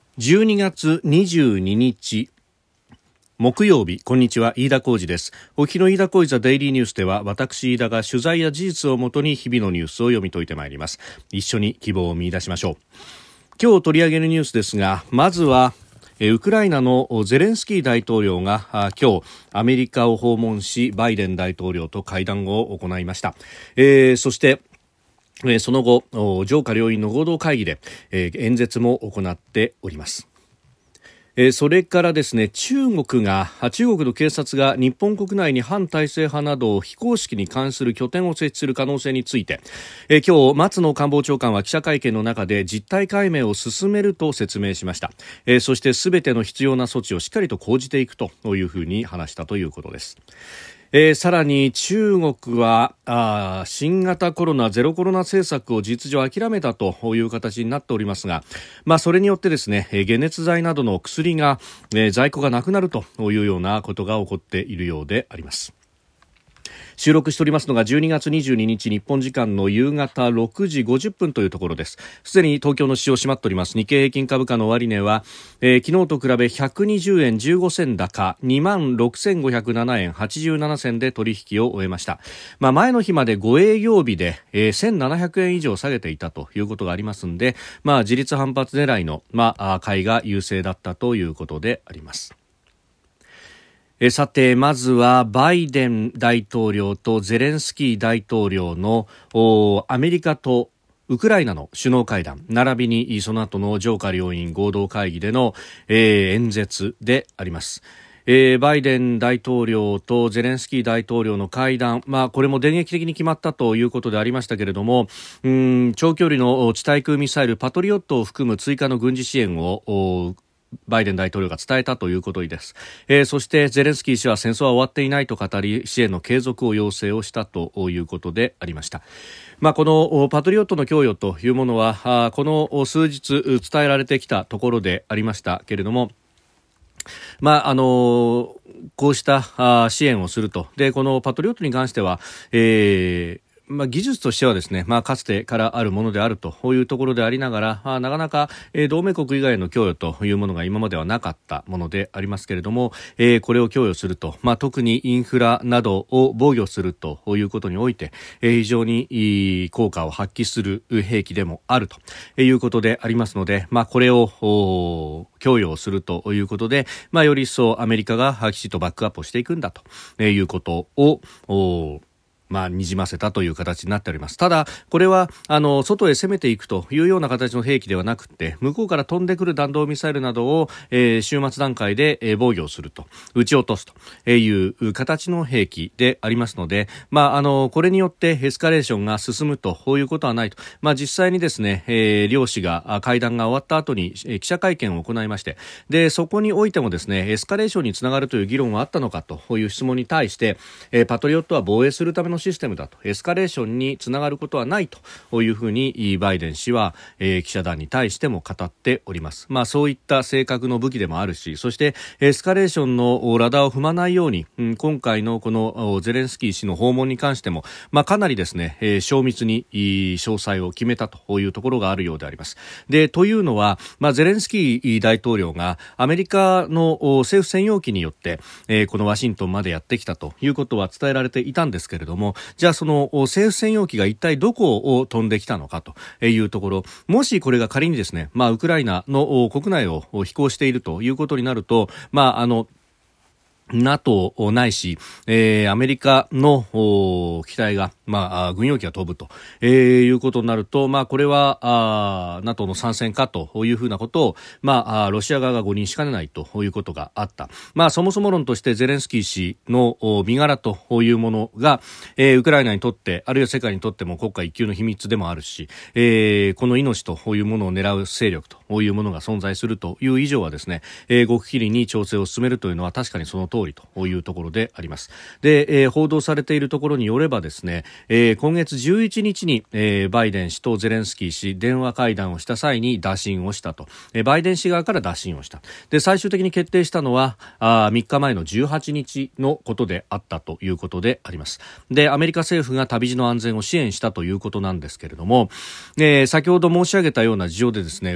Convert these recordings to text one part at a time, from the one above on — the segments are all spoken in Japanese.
12月22日木曜日、こんにちは、飯田浩司です。お聞きの飯田浩司ザデイリーニュースでは、私飯田が取材や事実をもとに日々のニュースを読み解いてまいります。一緒に希望を見出しましょう。今日取り上げるニュースですが、まずはウクライナのゼレンスキー大統領が今日アメリカを訪問し、バイデン大統領と会談を行いました。そしてその後、上下両院の合同会議で演説も行っております。それからですね、中国の警察が日本国内に反体制派など非公式に関する拠点を設置する可能性について、今日松野官房長官は記者会見の中で実態解明を進めると説明しました。そして全ての必要な措置をしっかりと講じていくというふうに話したということです。さらに中国は新型コロナゼロコロナ政策を実情諦めたという形になっておりますが、それによってですね、解熱剤などの薬が、在庫がなくなるというようなことが起こっているようであります。収録しておりますのが12月22日日本時間の夕方6時50分というところです。すでに東京の市場閉まっております。日経平均株価の終値は、昨日と比べ120円15銭高 26,507 円87銭で取引を終えました。前の日まで5営業日で、1,700円以上下げていたということがありますので、自立反発狙いの、買いが優勢だったということであります。さて、まずはバイデン大統領とゼレンスキー大統領のアメリカとウクライナの首脳会談並びにその後の上下両院合同会議での、演説であります。バイデン大統領とゼレンスキー大統領の会談、これも電撃的に決まったということでありましたけれども、長距離の地対空ミサイルパトリオットを含む追加の軍事支援をバイデン大統領が伝えたということです。そしてゼレンスキー氏は戦争は終わっていないと語り、支援の継続を要請をしたということでありました。このパトリオットの供与というものはこの数日伝えられてきたところでありましたけれども、こうした支援をすると。で、このパトリオットに関しては、技術としてはですね、かつてからあるものであるというところでありながら、なかなか、同盟国以外の供与というものが今まではなかったものでありますけれども、これを供与すると、特にインフラなどを防御するということにおいて、非常に効果を発揮する兵器でもあるということでありますので、これを供与をするということで、より一層アメリカがきちっとバックアップをしていくんだということをにじませたという形になっております。ただこれは外へ攻めていくというような形の兵器ではなくて、向こうから飛んでくる弾道ミサイルなどを、終末段階で、防御をすると、撃ち落とすという形の兵器でありますので、これによってエスカレーションが進むということはないと。実際にですね、両氏が会談が終わった後に記者会見を行いまして、でそこにおいてもですね、エスカレーションにつながるという議論はあったのかという質問に対して、パトリオットは防衛するためのシステムだと、エスカレーションにつながることはないというふうにバイデン氏は、記者団に対しても語っております。そういった性格の武器でもあるし、そしてエスカレーションのラダーを踏まないように、今回のこのゼレンスキー氏の訪問に関しても、かなりですね、詳密に詳細を決めたというところがあるようであります。で、というのは、ゼレンスキー大統領がアメリカの政府専用機によって、このワシントンまでやってきたということは伝えられていたんですけれども、じゃあその政府専用機が一体どこを飛んできたのかというところ、もしこれが仮にですね、ウクライナの国内を飛行しているということになると、NATO ないし、アメリカの機体が、軍用機が飛ぶと、いうことになると、これはNATO の参戦かというふうなことを、ロシア側が誤認しかねないということがあった。そもそも論としてゼレンスキー氏の身柄というものが、ウクライナにとって、あるいは世界にとっても国家一級の秘密でもあるし、この命というものを狙う勢力というものが存在するという以上はですね、極秘裏に調整を進めるというのは確かにその通りというところであります。で、報道されているところによればですね、今月11日に、バイデン氏とゼレンスキー氏電話会談をした際に打診をしたと、バイデン氏側から打診をした。で、最終的に決定したのは3日前の18日のことであったということであります。で、アメリカ政府が旅路の安全を支援したということなんですけれども、先ほど申し上げたような事情でですね、ウクライナ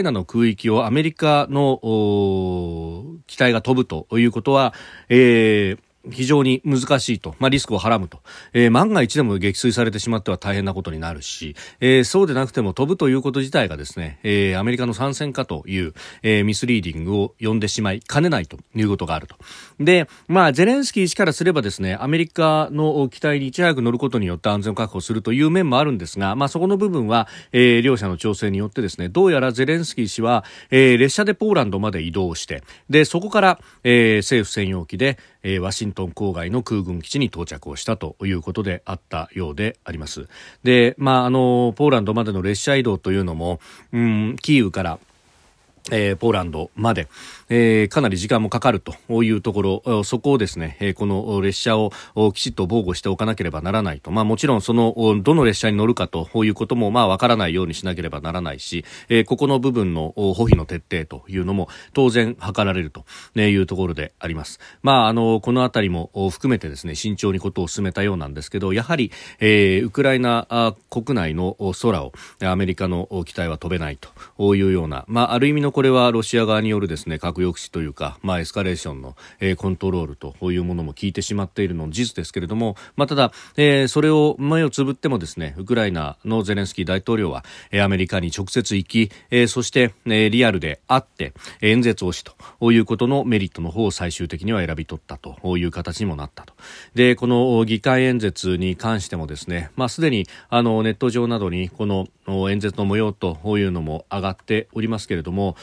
ナの空域をアメリカの機体が飛ぶということは、非常に難しいと、リスクをはらむと、万が一でも撃墜されてしまっては大変なことになるし、そうでなくても飛ぶということ自体がですね、アメリカの参戦かという、ミスリーディングを呼んでしまいかねないということがあると。で、ゼレンスキー氏からすればですね、アメリカの機体にいち早く乗ることによって安全を確保するという面もあるんですが、そこの部分は、両者の調整によってですね、どうやらゼレンスキー氏は、列車でポーランドまで移動して、でそこから、政府専用機でワシントン郊外の空軍基地に到着をしたということであったようであります。で、ポーランドまでの列車移動というのも、キーウからポーランドまで、かなり時間もかかるというところ、そこをですね、この列車をきちっと防護しておかなければならないと。もちろんそのどの列車に乗るかということもわからないようにしなければならないし、ここの部分の保秘の徹底というのも当然図られるというところであります。このあたりも含めてですね、慎重にことを進めたようなんですけど、やはり、ウクライナ国内の空をアメリカの機体は飛べないというような、ある意味のこれはロシア側によるですね、核抑止というか、エスカレーションの、コントロールというものも効いてしまっているのも事実ですけれども、ただ、それを目をつぶってもですね、ウクライナのゼレンスキー大統領は、アメリカに直接行き、そして、リアルで会って演説をしということのメリットの方を最終的には選び取ったという形にもなったと。で、この議会演説に関してもですね、すでにネット上などにこの演説の模様というのも上がっておりますけれども、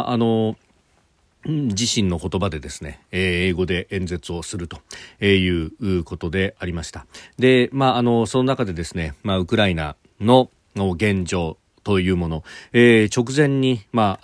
自身の言葉でですね、英語で演説をするということでありました。で、その中でですね、ウクライナの現状というもの、直前に、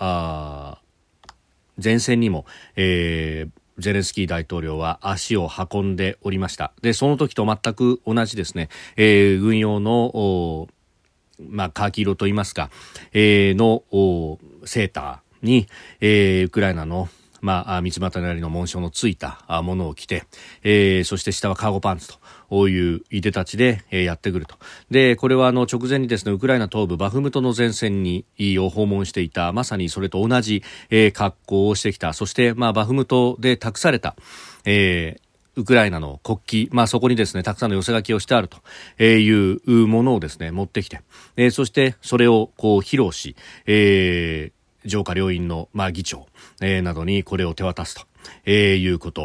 前線にも、ゼレンスキー大統領は足を運んでおりました。で、その時と全く同じですね、軍用のカーキ色といいますか、のセーターに、ウクライナの三つ股なりの紋章のついたものを着て、そして下はカーゴパンツといういでたちで、やってくると。で、これは直前にですね、ウクライナ東部バフムトの前線を訪問していた、まさにそれと同じ、格好をしてきた。そして、バフムトで託された、ウクライナの国旗、そこにですね、たくさんの寄せ書きをしてあるというものをですね、持ってきて、そしてそれを披露し、上下両院の、議長、などにこれを手渡すと、いうこと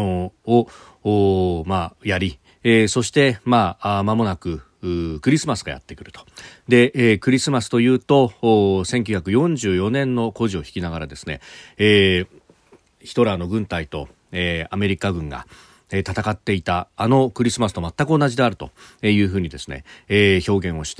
をやり、そして間もなくクリスマスがやってくると。で、クリスマスというと1944年の故事を引きながらですね、ヒトラーの軍隊と、アメリカ軍が戦っていたクリスマスと全く同じであるというふうにですね、表現をして、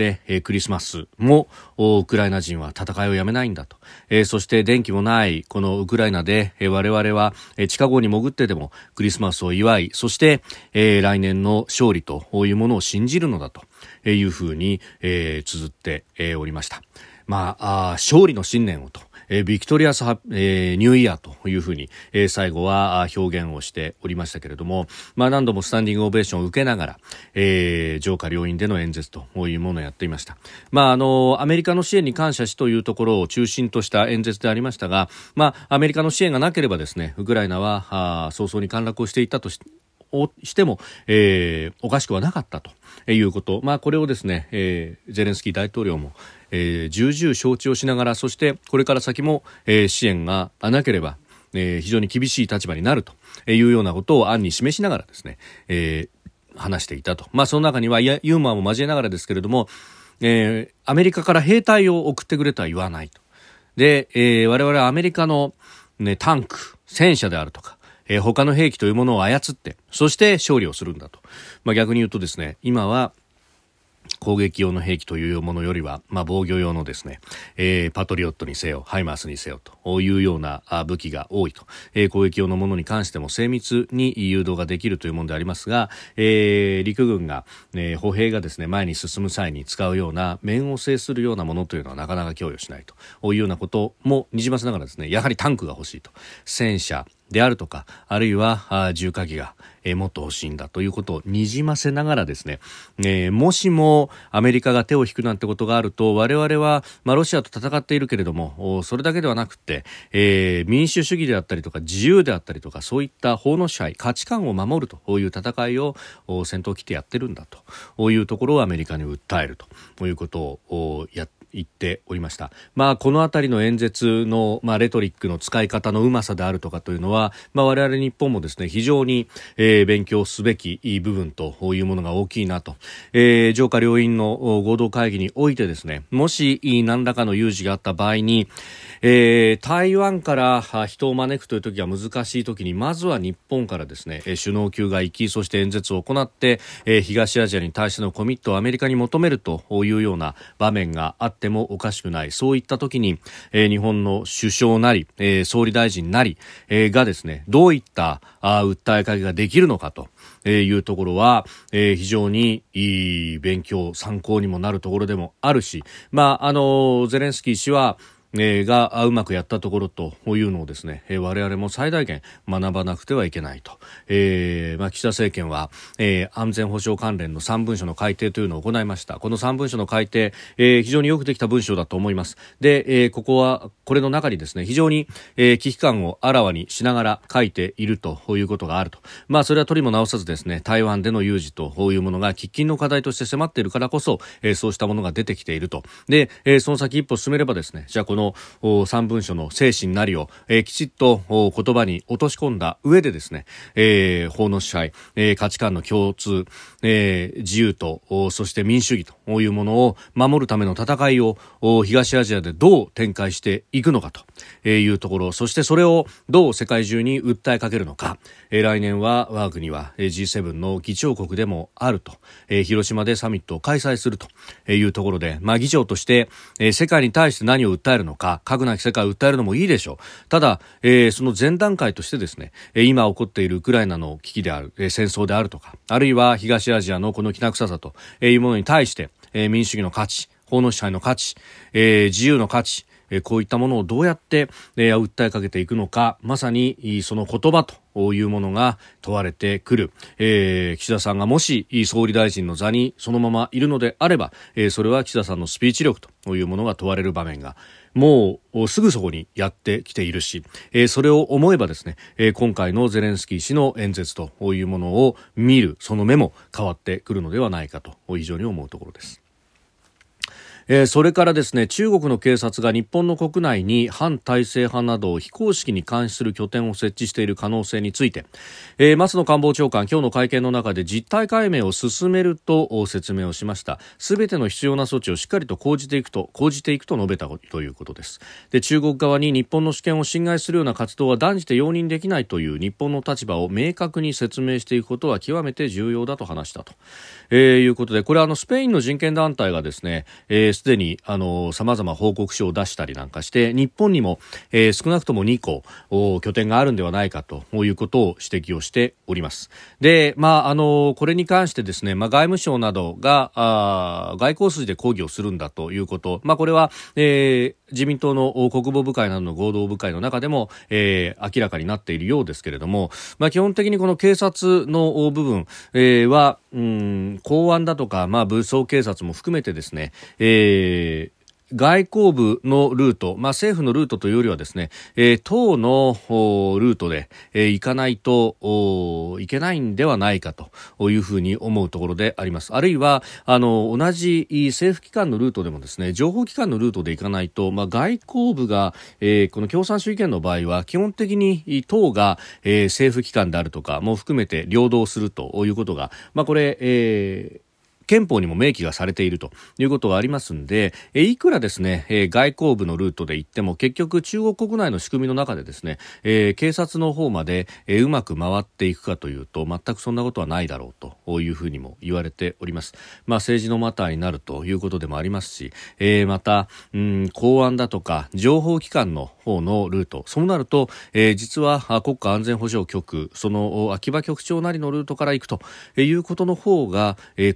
クリスマスもウクライナ人は戦いをやめないんだと、そして電気もないこのウクライナで、我々は地下壕に潜ってでもクリスマスを祝い、そして、来年の勝利というものを信じるのだというふうに、綴って、おりました。勝利の信念をと、ビクトリアスニューイヤーというふうに、最後は表現をしておりましたけれども、何度もスタンディングオベーションを受けながら、上下両院での演説というものをやっていました。アメリカの支援に感謝しというところを中心とした演説でありましたが、アメリカの支援がなければですね、ウクライナは早々に陥落をしていたとしても、おかしくはなかったということ、これをですね、ゼレンスキー大統領も、重々承知をしながら、そしてこれから先も、支援がなければ、非常に厳しい立場になるというようなことを暗に示しながらですね、話していたと。その中にはユーモアも交えながらですけれども、アメリカから兵隊を送ってくれとは言わないと。で、我々はアメリカの、タンク、戦車であるとか、他の兵器というものを操って、そして勝利をするんだと。逆に言うとですね、今は攻撃用の兵器というものよりは、防御用のですね、パトリオットにせよハイマースにせよというような武器が多いと、攻撃用のものに関しても精密に誘導ができるというものでありますが、陸軍が、歩兵がですね、前に進む際に使うような面を制するようなものというのはなかなか供与しないというようなこともにじませながらですね、やはりタンクが欲しいと、戦車であるとか、あるいは重火器がもっと欲しいんだということをにじませながらですね、もしもアメリカが手を引くなんてことがあると、我々は、ロシアと戦っているけれども、それだけではなくて、民主主義であったりとか自由であったりとか、そういった法の支配、価値観を守るという戦いを先頭を切ってやってるんだというところをアメリカに訴えるということを言っておりました。このあたりの演説の、レトリックの使い方のうまさであるとかというのは、我々日本もですね、非常に、勉強すべき部分というものが大きいなと、上下両院の合同会議においてですね、もし何らかの有事があった場合に、台湾から人を招くという時は難しい時に、まずは日本からですね、首脳級が行き、そして演説を行って、東アジアに対してのコミットをアメリカに求めるというような場面があってもおかしくない。そういった時に、日本の首相なり、総理大臣なり、がですね、どういった訴えかけができるのかというところは、非常にいい勉強、参考にもなるところでもあるし、ゼレンスキー氏はがうまくやったところというのをですね、我々も最大限学ばなくてはいけないと、岸田政権は、安全保障関連の3文書の改定というのを行いました。この3文書の改定、非常によくできた文章だと思います。で、これの中にですね、非常に、危機感をあらわにしながら書いているということがあると。それは取りも直さずですね、台湾での有事というものが喫緊の課題として迫っているからこそ、そうしたものが出てきていると。で、その先一歩進めればですね、じゃあこの3文書の精神なりを、きちっと言葉に落とし込んだ上でですね、法の支配、価値観の共通、自由とそして民主主義というものを守るための戦いを東アジアでどう展開していくのかというところ、そしてそれをどう世界中に訴えかけるのか、来年は我が国は G7 の議長国でもあると、広島でサミットを開催するというところで、議長として世界に対して何を訴えるのか、核なき世界を訴えるのもいいでしょう。ただ、その前段階としてですね、今起こっているウクライナの危機である、戦争であるとか、あるいは東アジアのこのきな臭さというものに対して、民主主義の価値、法の支配の価値、自由の価値、こういったものをどうやって、訴えかけていくのか、まさにその言葉というものが問われてくる。岸田さんがもし総理大臣の座にそのままいるのであれば、それは岸田さんのスピーチ力というものが問われる場面がもうすぐそこにやってきているし、それを思えばですね、今回のゼレンスキー氏の演説というものを見るその目も変わってくるのではないかと非常に思うところです。それからですね、中国の警察が日本の国内に反体制派などを非公式に監視する拠点を設置している可能性について、松野官房長官、今日の会見の中で実態解明を進めると説明をしました。すべての必要な措置をしっかりと講じていくと述べたということです。で、中国側に日本の主権を侵害するような活動は断じて容認できないという日本の立場を明確に説明していくことは極めて重要だと話したと、いうことで、これはスペインの人権団体がですね、すでに様々報告書を出したりなんかして、日本にも、少なくとも2個拠点があるんではないかということを指摘をしております。で、これに関してですね、外務省などが外交筋で抗議をするんだということ、これは、自民党の国防部会などの合同部会の中でも、明らかになっているようですけれども、基本的にこの警察の部分、は公安だとか、武装警察も含めてですね、外交部のルート、政府のルートというよりはですね、党のルートで、行かないといけないんではないかというふうに思うところであります。あるいは同じ政府機関のルートでもですね、情報機関のルートで行かないと、外交部が、この共産主義権の場合は基本的に党が、政府機関であるとかも含めて領導するということが、これ、憲法にも明記がされているということがありますので、いくらですね、外交部のルートで行っても結局中国国内の仕組みの中でですね、警察の方まで、うまく回っていくかというと全くそんなことはないだろうというふうにも言われております。政治のマターになるということでもありますし、また公安だとか情報機関の方のルート、そうなると、実は国家安全保障局、その秋葉局長なりのルートから行くということの方が、効果を持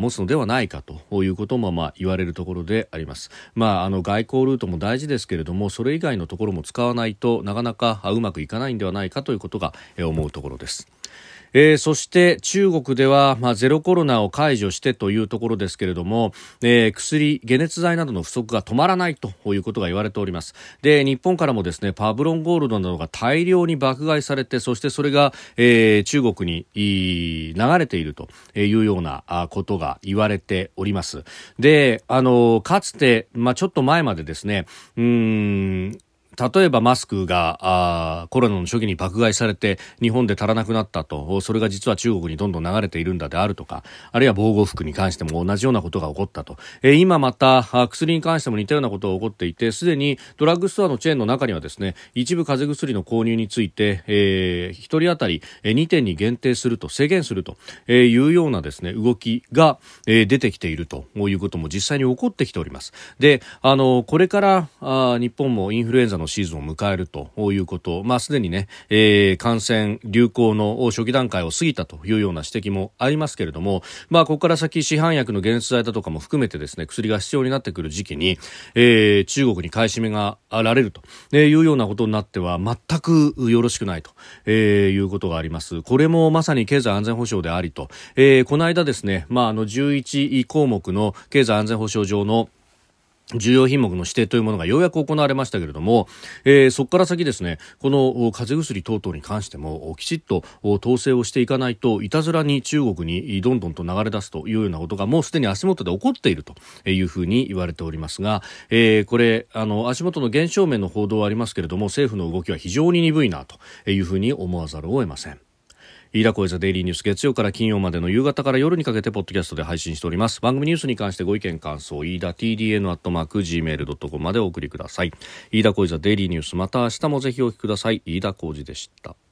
持つのではないかということも言われるところであります。外交ルートも大事ですけれども、それ以外のところも使わないとなかなかうまくいかないんではないかということが思うところです。そして中国では、ゼロコロナを解除してというところですけれども、薬、解熱剤などの不足が止まらないということが言われております。で、日本からもですね、パブロンゴールドなどが大量に爆買いされて、そしてそれが、中国に流れているというようなことが言われております。で、かつて、ちょっと前までですね、例えばマスクがコロナの初期に爆買いされて日本で足らなくなったと、それが実は中国にどんどん流れているんだであるとか、あるいは防護服に関しても同じようなことが起こったと、今また薬に関しても似たようなことが起こっていて、すでにドラッグストアのチェーンの中にはですね、一部風邪薬の購入について、1人当たり2点に限定すると、制限するというようなですね動きが出てきているということも実際に起こってきております。で、これから日本もインフルエンザのシーズンを迎えるということ、すでにね、感染流行の初期段階を過ぎたというような指摘もありますけれども、ここから先市販薬の解熱剤だとかも含めてですね、薬が必要になってくる時期に、中国に買い占めがられるというようなことになっては全くよろしくないということがあります。これもまさに経済安全保障でありと、この間ですね、11項目の経済安全保障上の重要品目の指定というものがようやく行われましたけれども、そこから先ですね、この風邪薬等々に関してもきちっと統制をしていかないと、いたずらに中国にどんどんと流れ出すというようなことがもうすでに足元で起こっているというふうに言われておりますが、これ足元の減少面の報道はありますけれども、政府の動きは非常に鈍いなというふうに思わざるを得ません。飯田浩司ザデイリーニュース、月曜から金曜までの夕方から夜にかけてポッドキャストで配信しております。番組ニュースに関してご意見感想、飯田 TDN@gmail.com までお送りください。飯田浩司ザデイリーニュース、また明日もぜひお聞きください。飯田浩司でした。